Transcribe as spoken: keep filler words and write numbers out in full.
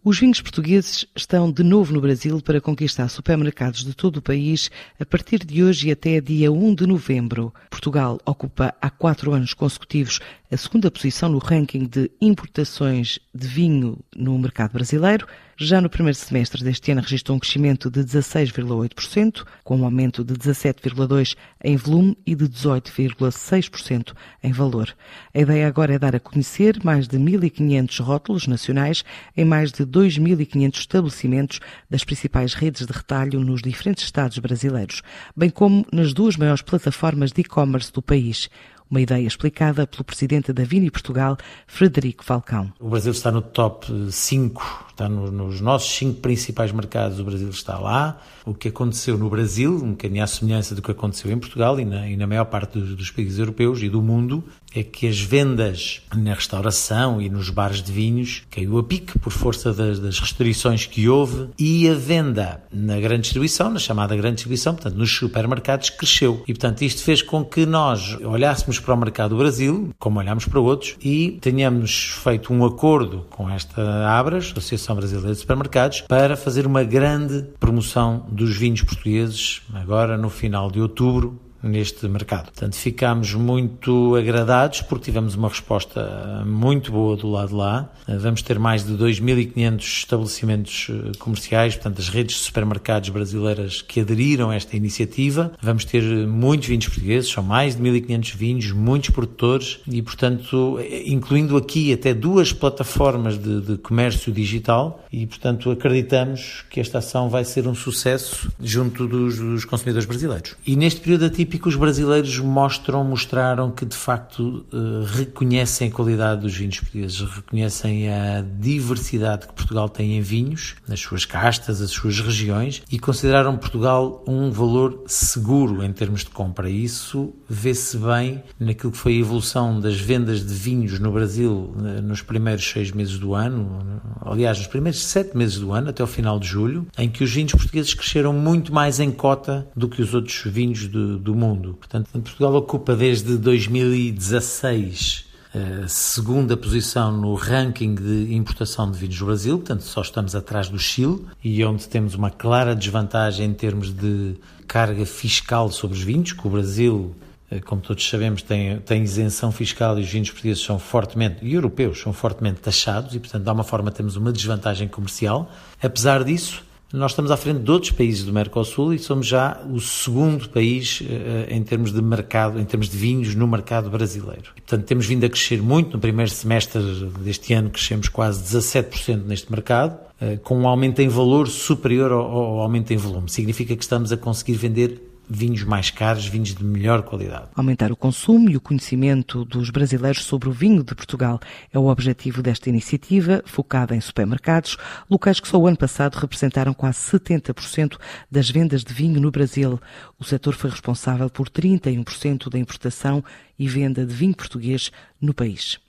Os vinhos portugueses estão de novo no Brasil para conquistar supermercados de todo o país a partir de hoje e até dia um de novembro. Portugal ocupa há quatro anos consecutivos a segunda posição no ranking de importações de vinho no mercado brasileiro. Já no primeiro semestre deste ano registrou um crescimento de dezasseis vírgula oito por cento, com um aumento de dezassete vírgula dois por cento em volume e de dezoito vírgula seis por cento em valor. A ideia agora é dar a conhecer mais de mil e quinhentos rótulos nacionais em mais de dois mil e quinhentos estabelecimentos das principais redes de retalho nos diferentes estados brasileiros, bem como nas duas maiores plataformas de e-commerce do país. Uma ideia explicada pelo presidente da Vini Portugal, Frederico Falcão. O Brasil está no top cinco, está no, nos nossos cinco principais mercados, o Brasil está lá. O que aconteceu no Brasil, um bocadinho à semelhança do que aconteceu em Portugal e na, e na maior parte dos, dos países europeus e do mundo, é que as vendas na restauração e nos bares de vinhos caiu a pique por força das, das restrições que houve, e a venda na grande distribuição, na chamada grande distribuição, portanto nos supermercados, cresceu. E portanto isto fez com que nós olhássemos para o mercado do Brasil, como olhámos para outros, e tenhamos feito um acordo com esta Abras, Associação Brasileira de Supermercados, para fazer uma grande promoção dos vinhos portugueses, agora no final de outubro, neste mercado. Portanto, ficámos muito agradados porque tivemos uma resposta muito boa do lado de lá. Vamos ter mais de dois mil e quinhentos estabelecimentos comerciais, portanto, as redes de supermercados brasileiras que aderiram a esta iniciativa. Vamos ter muitos vinhos portugueses, são mais de mil e quinhentos vinhos, muitos produtores e, portanto, incluindo aqui até duas plataformas de, de comércio digital e, portanto, acreditamos que esta ação vai ser um sucesso junto dos, dos consumidores brasileiros. E neste período atípico, os brasileiros mostram, mostraram que de facto uh, reconhecem a qualidade dos vinhos portugueses, reconhecem a diversidade que Portugal tem em vinhos, nas suas castas, as suas regiões, e consideraram Portugal um valor seguro em termos de compra. E isso vê-se bem naquilo que foi a evolução das vendas de vinhos no Brasil uh, nos primeiros seis meses do ano, aliás, nos primeiros sete meses do ano, até o final de julho, em que os vinhos portugueses cresceram muito mais em cota do que os outros vinhos do, do mundo. Portanto, Portugal ocupa desde dois mil e dezasseis a segunda posição no ranking de importação de vinhos do Brasil, portanto só estamos atrás do Chile, e onde temos uma clara desvantagem em termos de carga fiscal sobre os vinhos, que o Brasil, como todos sabemos, tem, tem isenção fiscal e os vinhos portugueses são fortemente, e europeus, são fortemente taxados e, portanto, de alguma forma temos uma desvantagem comercial. Apesar disso, nós estamos à frente de outros países do Mercosul e somos já o segundo país uh, em termos de mercado, em termos de vinhos no mercado brasileiro. E, portanto, temos vindo a crescer muito. No primeiro semestre deste ano crescemos quase dezassete por cento neste mercado, uh, com um aumento em valor superior ao, ao aumento em volume. Significa que estamos a conseguir vender vinhos mais caros, vinhos de melhor qualidade. Aumentar o consumo e o conhecimento dos brasileiros sobre o vinho de Portugal é o objetivo desta iniciativa, focada em supermercados, locais que só o ano passado representaram quase setenta por cento das vendas de vinho no Brasil. O setor foi responsável por trinta e um por cento da importação e venda de vinho português no país.